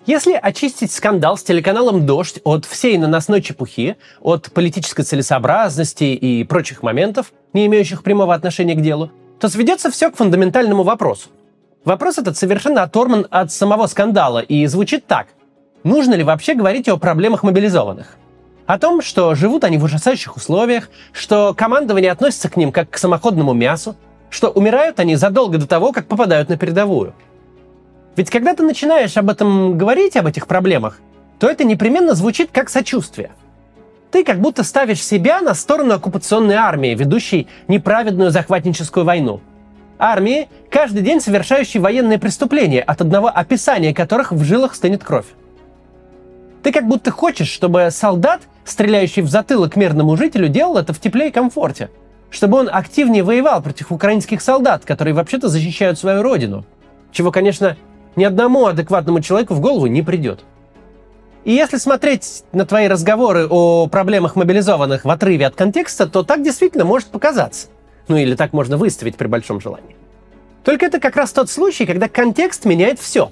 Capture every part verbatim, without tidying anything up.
Если очистить скандал с телеканалом «Дождь» от всей наносной чепухи, от политической целесообразности и прочих моментов, не имеющих прямого отношения к делу, то сведется все к фундаментальному вопросу. Вопрос этот совершенно оторван от самого скандала и звучит так. Нужно ли вообще говорить о проблемах мобилизованных? О том, что живут они в ужасающих условиях, что командование относится к ним как к самоходному мясу, что умирают они задолго до того, как попадают на передовую. Ведь когда ты начинаешь об этом говорить, об этих проблемах, то это непременно звучит как сочувствие. Ты как будто ставишь себя на сторону оккупационной армии, ведущей неправедную захватническую войну. Армии, каждый день совершающей военные преступления, от одного описания которых в жилах стынет кровь. Ты как будто хочешь, чтобы солдат, стреляющий в затылок мирному жителю, делал это в тепле и комфорте. Чтобы он активнее воевал против украинских солдат, которые вообще-то защищают свою родину. Чего, конечно, ни одному адекватному человеку в голову не придет. И если смотреть на твои разговоры о проблемах мобилизованных в отрыве от контекста, то так действительно может показаться. Ну или так можно выставить при большом желании. Только это как раз тот случай, когда контекст меняет все.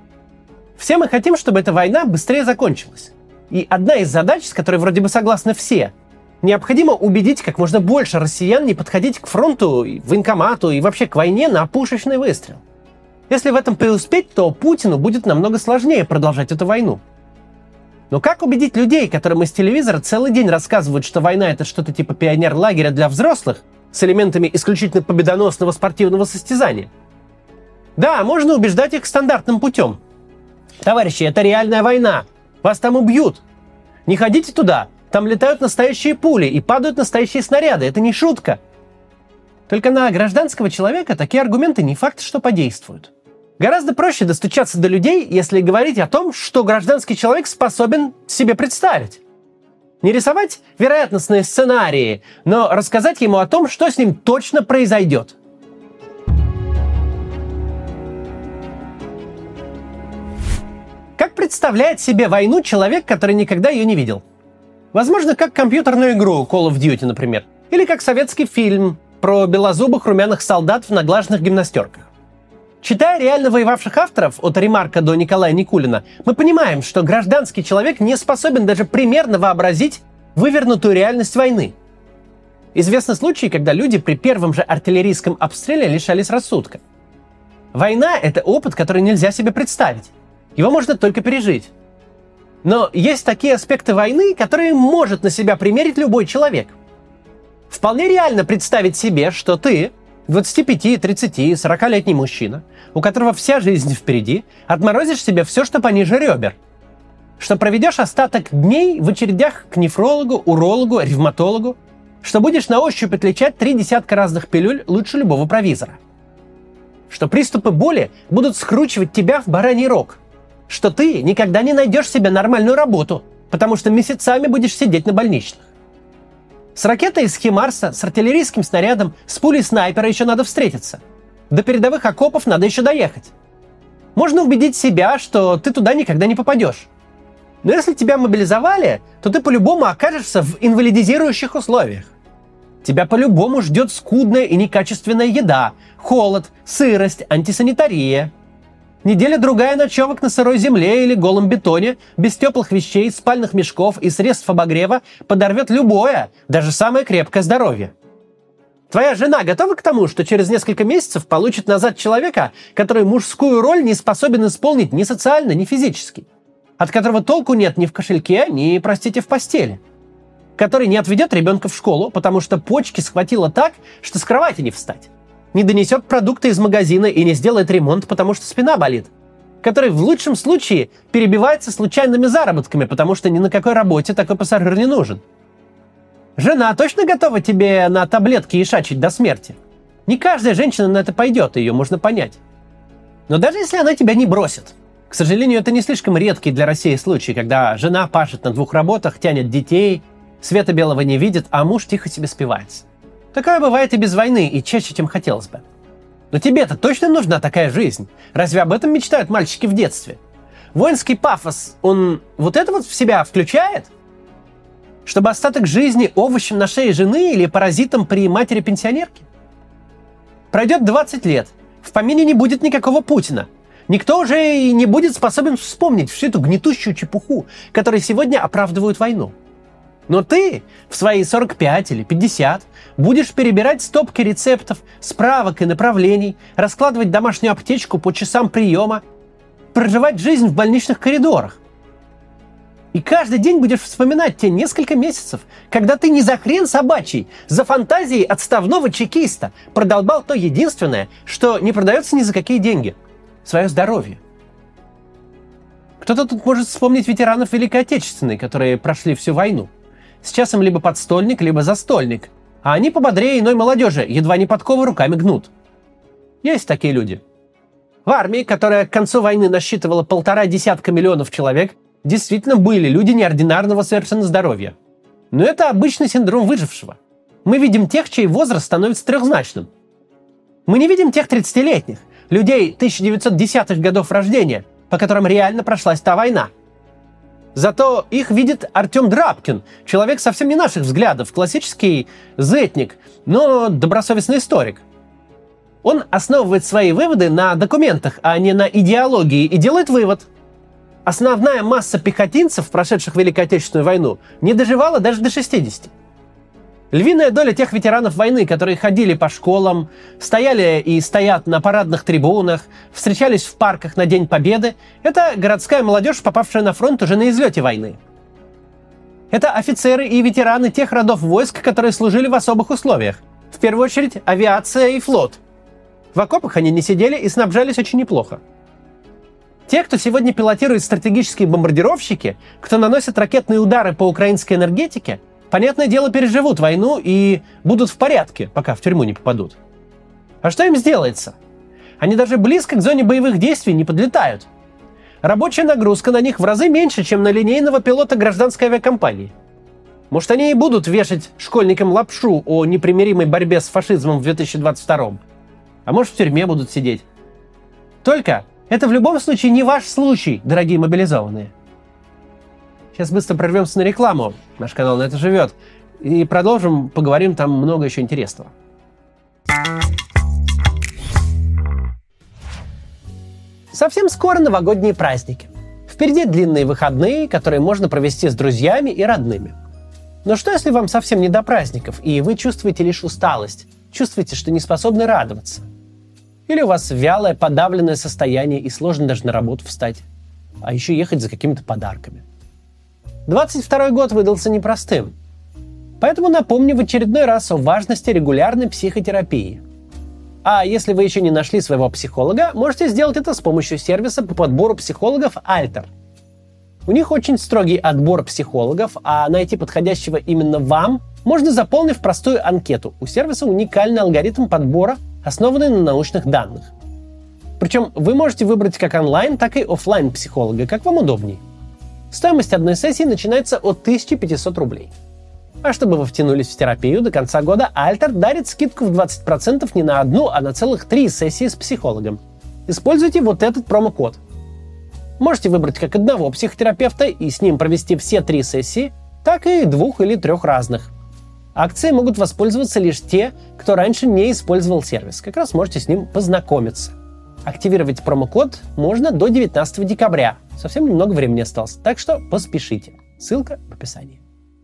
Все мы хотим, чтобы эта война быстрее закончилась. И одна из задач, с которой вроде бы согласны все, необходимо убедить как можно больше россиян не подходить к фронту, военкомату и вообще к войне на пушечный выстрел. Если в этом преуспеть, то Путину будет намного сложнее продолжать эту войну. Но как убедить людей, которым из телевизора целый день рассказывают, что война — это что-то типа пионер-лагеря для взрослых, с элементами исключительно победоносного спортивного состязания? Да, можно убеждать их стандартным путем. Товарищи, это реальная война. Вас там убьют. Не ходите туда. Там летают настоящие пули и падают настоящие снаряды. Это не шутка. Только на гражданского человека такие аргументы не факт, что подействуют. Гораздо проще достучаться до людей, если говорить о том, что гражданский человек способен себе представить. Не рисовать вероятностные сценарии, но рассказать ему о том, что с ним точно произойдет. Как представляет себе войну человек, который никогда ее не видел? Возможно, как компьютерную игру Call of Duty, например. Или как советский фильм про белозубых румяных солдат в наглаженных гимнастерках. Читая реально воевавших авторов, от Ремарка до Николая Никулина, мы понимаем, что гражданский человек не способен даже примерно вообразить вывернутую реальность войны. Известны случаи, когда люди при первом же артиллерийском обстреле лишались рассудка. Война — это опыт, который нельзя себе представить. Его можно только пережить. Но есть такие аспекты войны, которые может на себя примерить любой человек. Вполне реально представить себе, что ты, двадцати пяти, тридцати, сорокалетний мужчина, у которого вся жизнь впереди, отморозишь себе все, что пониже ребер. Что проведешь остаток дней в очередях к нефрологу, урологу, ревматологу, что будешь на ощупь отличать три десятка разных пилюль лучше любого провизора. Что приступы боли будут скручивать тебя в бараний рог. Что ты никогда не найдешь себе нормальную работу, потому что месяцами будешь сидеть на больничных. С ракетой из Химарса, с артиллерийским снарядом, с пулей снайпера еще надо встретиться. До передовых окопов надо еще доехать. Можно убедить себя, что ты туда никогда не попадешь. Но если тебя мобилизовали, то ты по-любому окажешься в инвалидизирующих условиях. Тебя по-любому ждет скудная и некачественная еда, холод, сырость, антисанитария. Неделя-другая ночевок на сырой земле или голом бетоне, без теплых вещей, спальных мешков и средств обогрева подорвет любое, даже самое крепкое здоровье. Твоя жена готова к тому, что через несколько месяцев получит назад человека, который мужскую роль не способен исполнить ни социально, ни физически, от которого толку нет ни в кошельке, ни, простите, в постели, который не отведет ребенка в школу, потому что почки схватило так, что с кровати не встать, не донесет продукты из магазина и не сделает ремонт, потому что спина болит, который в лучшем случае перебивается случайными заработками, потому что ни на какой работе такой пассажир не нужен. Жена точно готова тебе на таблетки ишачить до смерти? Не каждая женщина на это пойдет, ее можно понять. Но даже если она тебя не бросит, к сожалению, это не слишком редкий для России случай, когда жена пашет на двух работах, тянет детей, света белого не видит, а муж тихо себе спивается. Такое бывает и без войны, и чаще, чем хотелось бы. Но тебе-то точно нужна такая жизнь? Разве об этом мечтают мальчики в детстве? Воинский пафос, он вот это вот в себя включает? Чтобы остаток жизни овощем на шее жены или паразитом при матери-пенсионерке? Пройдет двадцать лет, в помине не будет никакого Путина. Никто уже и не будет способен вспомнить всю эту гнетущую чепуху, которой сегодня оправдывают войну. Но ты в свои сорок пять или пятьдесят будешь перебирать стопки рецептов, справок и направлений, раскладывать домашнюю аптечку по часам приема, проживать жизнь в больничных коридорах. И каждый день будешь вспоминать те несколько месяцев, когда ты не за хрен собачий, за фантазией отставного чекиста продолбал то единственное, что не продается ни за какие деньги – свое здоровье. Кто-то тут может вспомнить ветеранов Великой Отечественной, которые прошли всю войну. Сейчас им либо подстольник, либо застольник, а они пободрее иной молодежи, едва не подковы руками гнут. Есть такие люди. В армии, которая к концу войны насчитывала полтора десятка миллионов человек, действительно были люди неординарного совершенно здоровья. Но это обычный синдром выжившего. Мы видим тех, чей возраст становится трехзначным. Мы не видим тех тридцатилетних, людей тысяча девятьсот десятых годов рождения, по которым реально прошлась та война. Зато их видит Артем Драбкин, человек совсем не наших взглядов, классический зетник, но добросовестный историк. Он основывает свои выводы на документах, а не на идеологии, и делает вывод. Основная масса пехотинцев, прошедших Великую Отечественную войну, не доживала даже до шестидесяти. Львиная доля тех ветеранов войны, которые ходили по школам, стояли и стоят на парадных трибунах, встречались в парках на День Победы, это городская молодежь, попавшая на фронт уже на излете войны. Это офицеры и ветераны тех родов войск, которые служили в особых условиях. В первую очередь авиация и флот. В окопах они не сидели и снабжались очень неплохо. Те, кто сегодня пилотирует стратегические бомбардировщики, кто наносит ракетные удары по украинской энергетике, понятное дело, переживут войну и будут в порядке, пока в тюрьму не попадут. А что им сделается? Они даже близко к зоне боевых действий не подлетают. Рабочая нагрузка на них в разы меньше, чем на линейного пилота гражданской авиакомпании. Может, они и будут вешать школьникам лапшу о непримиримой борьбе с фашизмом в две тысячи двадцать втором. А может, в тюрьме будут сидеть. Только это в любом случае не ваш случай, дорогие мобилизованные. Сейчас быстро прервемся на рекламу. Наш канал на это живет. И продолжим, поговорим, там много еще интересного. Совсем скоро новогодние праздники. Впереди длинные выходные, которые можно провести с друзьями и родными. Но что, если вам совсем не до праздников, и вы чувствуете лишь усталость, чувствуете, что не способны радоваться? Или у вас вялое, подавленное состояние, и сложно даже на работу встать, а еще ехать за какими-то подарками? двадцать второй год выдался непростым. Поэтому напомню в очередной раз о важности регулярной психотерапии. А если вы еще не нашли своего психолога, можете сделать это с помощью сервиса по подбору психологов Alter. У них очень строгий отбор психологов, а найти подходящего именно вам можно, заполнив простую анкету. У сервиса уникальный алгоритм подбора, основанный на научных данных. Причем вы можете выбрать как онлайн, так и офлайн психолога, как вам удобней. Стоимость одной сессии начинается от тысячи пятисот рублей. А чтобы вы втянулись в терапию, до конца года Alter дарит скидку в двадцать процентов не на одну, а на целых три сессии с психологом. Используйте вот этот промокод. Можете выбрать как одного психотерапевта и с ним провести все три сессии, так и двух или трех разных. Акции могут воспользоваться лишь те, кто раньше не использовал сервис. Как раз можете с ним познакомиться. Активировать промокод можно до девятнадцатого декабря. Совсем немного времени осталось, так что поспешите. Ссылка в описании.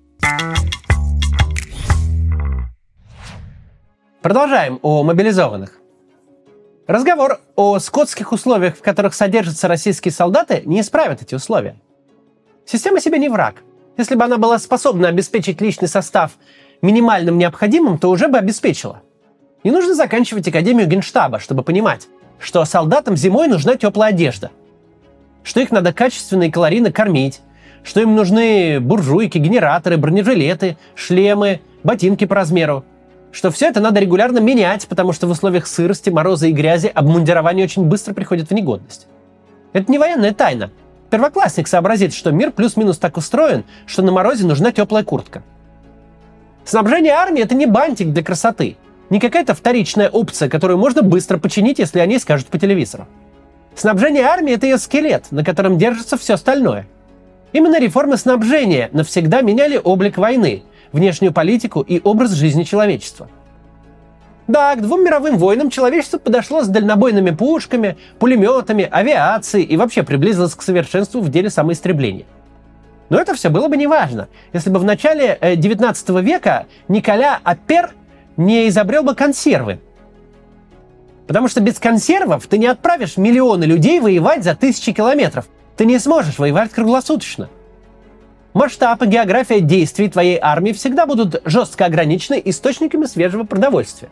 Продолжаем о мобилизованных. Разговор о скотских условиях, в которых содержатся российские солдаты, не исправит эти условия. Система себе не враг. Если бы она была способна обеспечить личный состав минимальным необходимым, то уже бы обеспечила. Не нужно заканчивать Академию Генштаба, чтобы понимать, что солдатам зимой нужна теплая одежда, что их надо качественно и калорийно кормить, что им нужны буржуйки, генераторы, бронежилеты, шлемы, ботинки по размеру, что все это надо регулярно менять, потому что в условиях сырости, мороза и грязи обмундирование очень быстро приходит в негодность. Это не военная тайна. Первоклассник сообразит, что мир плюс-минус так устроен, что на морозе нужна теплая куртка. Снабжение армии – это не бантик для красоты, не какая-то вторичная опция, которую можно быстро починить, если о ней скажут по телевизору. Снабжение армии – это ее скелет, на котором держится все остальное. Именно реформы снабжения навсегда меняли облик войны, внешнюю политику и образ жизни человечества. Да, к двум мировым войнам человечество подошло с дальнобойными пушками, пулеметами, авиацией и вообще приблизилось к совершенству в деле самоистребления. Но это все было бы неважно, если бы в начале девятнадцатого века Николя Апер не изобрел бы консервы. Потому что без консервов ты не отправишь миллионы людей воевать за тысячи километров. Ты не сможешь воевать круглосуточно. Масштаб и география действий твоей армии всегда будут жестко ограничены источниками свежего продовольствия.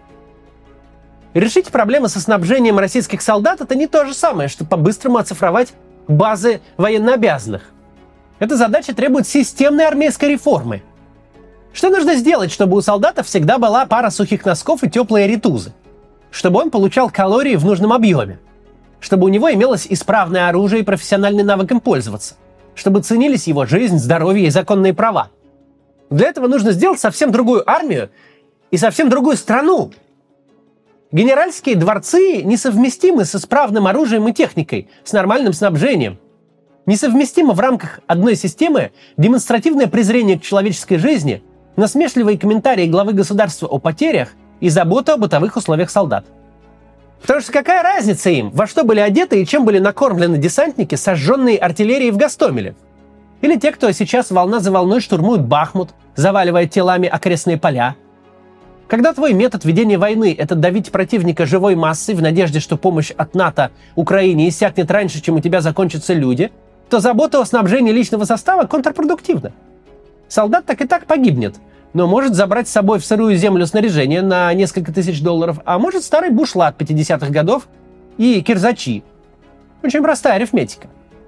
Решить проблемы со снабжением российских солдат – это не то же самое, что по-быстрому оцифровать базы военнообязанных. Эта задача требует системной армейской реформы. Что нужно сделать, чтобы у солдата всегда была пара сухих носков и теплые ритузы? Чтобы он получал калории в нужном объеме? Чтобы у него имелось исправное оружие и профессиональный навык им пользоваться? Чтобы ценились его жизнь, здоровье и законные права? Для этого нужно сделать совсем другую армию и совсем другую страну. Генеральские дворцы несовместимы с исправным оружием и техникой, с нормальным снабжением. Несовместимо в рамках одной системы демонстративное презрение к человеческой жизни, насмешливые комментарии главы государства о потерях и забота о бытовых условиях солдат. Потому что какая разница им, во что были одеты и чем были накормлены десантники, сожженные артиллерией в Гостомеле? Или те, кто сейчас волна за волной штурмуют Бахмут, заваливая телами окрестные поля? Когда твой метод ведения войны – это давить противника живой массой в надежде, что помощь от НАТО Украине иссякнет раньше, чем у тебя закончатся люди, то забота о снабжении личного состава контрпродуктивна. Солдат так и так погибнет, но может забрать с собой в сырую землю снаряжение на несколько тысяч долларов, а может старый бушлат пятидесятых годов и кирзачи. Очень простая арифметика.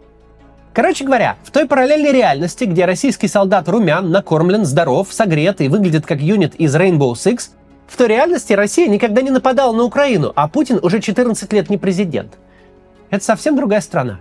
Короче говоря, в той параллельной реальности, где российский солдат румян, накормлен, здоров, согрет и выглядит как юнит из Rainbow Six, в той реальности Россия никогда не нападала на Украину, а Путин уже четырнадцать лет не президент. Это совсем другая страна.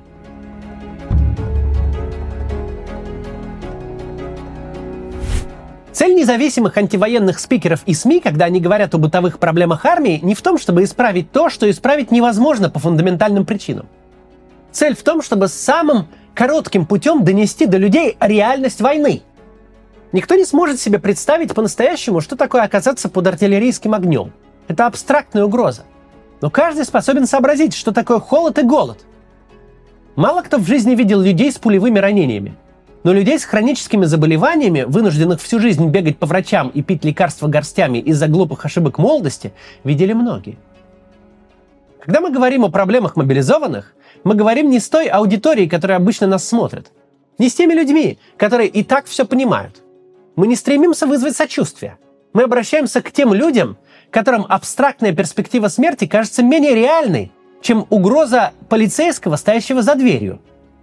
Цель независимых антивоенных спикеров и СМИ, когда они говорят о бытовых проблемах армии, не в том, чтобы исправить то, что исправить невозможно по фундаментальным причинам. Цель в том, чтобы самым коротким путем донести до людей реальность войны. Никто не сможет себе представить по-настоящему, что такое оказаться под артиллерийским огнем. Это абстрактная угроза. Но каждый способен сообразить, что такое холод и голод. Мало кто в жизни видел людей с пулевыми ранениями. Но людей с хроническими заболеваниями, вынужденных всю жизнь бегать по врачам и пить лекарства горстями из-за глупых ошибок молодости, видели многие. Когда мы говорим о проблемах мобилизованных, мы говорим не с той аудиторией, которая обычно нас смотрит, не с теми людьми, которые и так все понимают. Мы не стремимся вызвать сочувствие. Мы обращаемся к тем людям, которым абстрактная перспектива смерти кажется менее реальной, чем угроза полицейского, стоящего за дверью.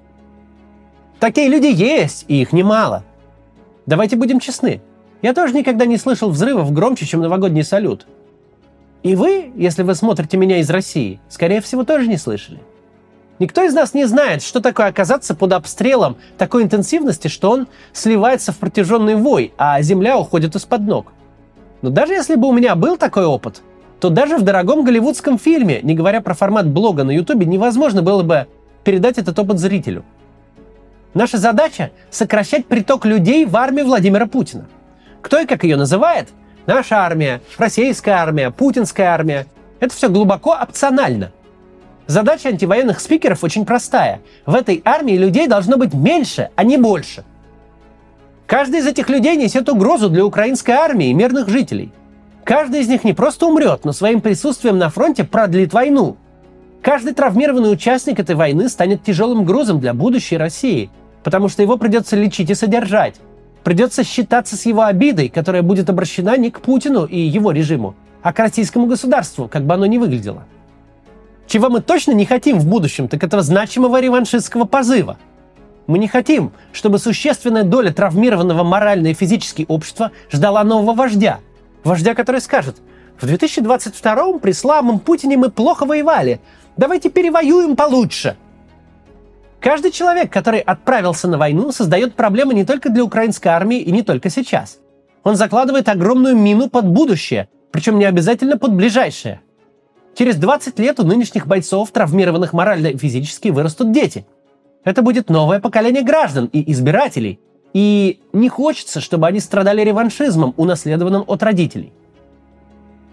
Такие люди есть, и их немало. Давайте будем честны. Я тоже никогда не слышал взрывов громче, чем новогодний салют. И вы, если вы смотрите меня из России, скорее всего, тоже не слышали. Никто из нас не знает, что такое оказаться под обстрелом такой интенсивности, что он сливается в протяженный вой, а земля уходит из-под ног. Но даже если бы у меня был такой опыт, то даже в дорогом голливудском фильме, не говоря про формат блога на Ютубе, невозможно было бы передать этот опыт зрителю. Наша задача – сокращать приток людей в армию Владимира Путина. Кто и как ее называет? Наша армия, российская армия, путинская армия. Это все глубоко опционально. Задача антивоенных спикеров очень простая. В этой армии людей должно быть меньше, а не больше. Каждый из этих людей несет угрозу для украинской армии и мирных жителей. Каждый из них не просто умрет, но своим присутствием на фронте продлит войну. Каждый травмированный участник этой войны станет тяжелым грузом для будущей России, потому что его придется лечить и содержать. Придется считаться с его обидой, которая будет обращена не к Путину и его режиму, а к российскому государству, как бы оно ни выглядело. Чего мы точно не хотим в будущем, так это значимого реваншистского позыва. Мы не хотим, чтобы существенная доля травмированного морально и физически общества ждала нового вождя. Вождя, который скажет: в две тысячи двадцать втором при слабом Путине мы плохо воевали, давайте перевоюем получше. Каждый человек, который отправился на войну, создает проблемы не только для украинской армии и не только сейчас. Он закладывает огромную мину под будущее, причем не обязательно под ближайшее. Через двадцать лет у нынешних бойцов, травмированных морально и физически, вырастут дети. Это будет новое поколение граждан и избирателей. И не хочется, чтобы они страдали реваншизмом, унаследованным от родителей.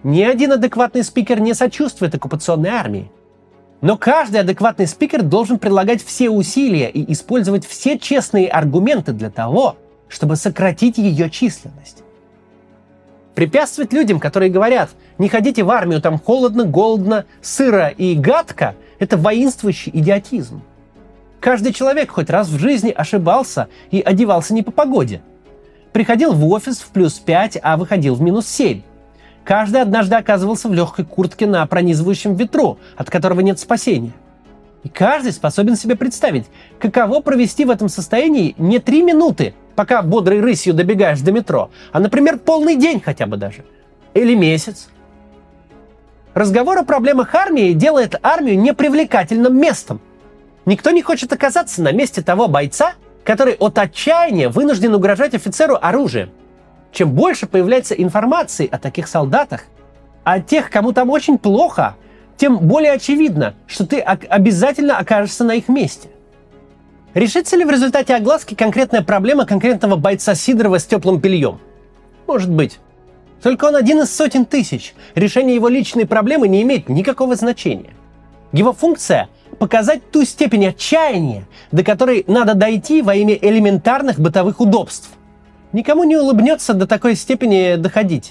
Ни один адекватный спикер не сочувствует оккупационной армии. Но каждый адекватный спикер должен прилагать все усилия и использовать все честные аргументы для того, чтобы сократить ее численность. Препятствовать людям, которые говорят: не ходите в армию, там холодно, голодно, сыро и гадко, это воинствующий идиотизм. Каждый человек хоть раз в жизни ошибался и одевался не по погоде. Приходил в офис в плюс пять, а выходил в минус семь. Каждый однажды оказывался в легкой куртке на пронизывающем ветру, от которого нет спасения. И каждый способен себе представить, каково провести в этом состоянии не три минуты, пока бодрой рысью добегаешь до метро, а, например, полный день хотя бы даже. Или месяц. Разговор о проблемах армии делает армию непривлекательным местом. Никто не хочет оказаться на месте того бойца, который от отчаяния вынужден угрожать офицеру оружием. Чем больше появляется информации о таких солдатах, о тех, кому там очень плохо, тем более очевидно, что ты обязательно окажешься на их месте. Решится ли в результате огласки конкретная проблема конкретного бойца Сидорова с теплым бельем? Может быть. Только он один из сотен тысяч. Решение его личной проблемы не имеет никакого значения. Его функция – показать ту степень отчаяния, до которой надо дойти во имя элементарных бытовых удобств. Никому не улыбнется до такой степени доходить.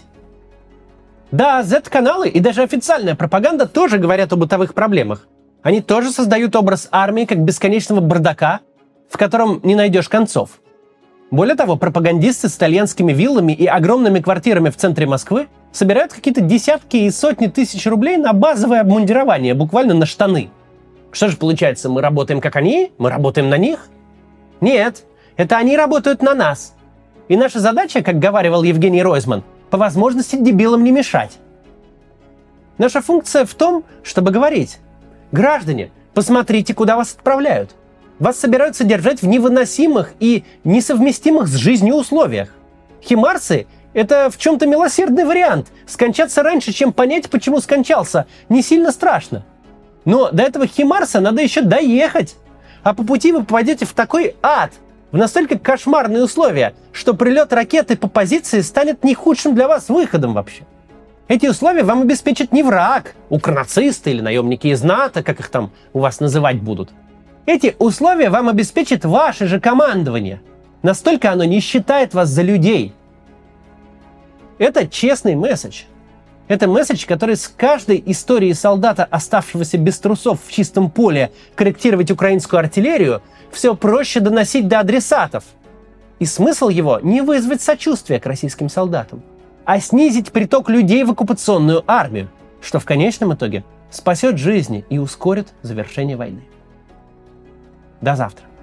Да, зет-каналы и даже официальная пропаганда тоже говорят о бытовых проблемах. Они тоже создают образ армии как бесконечного бардака, в котором не найдешь концов. Более того, пропагандисты с итальянскими виллами и огромными квартирами в центре Москвы собирают какие-то десятки и сотни тысяч рублей на базовое обмундирование, буквально на штаны. Что же получается, мы работаем как они? Мы работаем на них? Нет, это они работают на нас. И наша задача, как говаривал Евгений Ройзман, по возможности дебилам не мешать. Наша функция в том, чтобы говорить: граждане, посмотрите, куда вас отправляют. Вас собираются держать в невыносимых и несовместимых с жизнью условиях. Химарсы – это в чем-то милосердный вариант. Скончаться раньше, чем понять, почему скончался, не сильно страшно. Но до этого Химарса надо еще доехать. А по пути вы попадете в такой ад, в настолько кошмарные условия, что прилет ракеты по позиции станет не худшим для вас выходом вообще. Эти условия вам обеспечит не враг, укрнацисты или наемники из НАТО, как их там у вас называть будут. Эти условия вам обеспечит ваше же командование. Настолько оно не считает вас за людей. Это честный месседж. Это месседж, который с каждой историей солдата, оставшегося без трусов в чистом поле, корректировать украинскую артиллерию, все проще доносить до адресатов. И смысл его не вызвать сочувствия к российским солдатам, а снизить приток людей в оккупационную армию, что в конечном итоге спасет жизни и ускорит завершение войны. До завтра.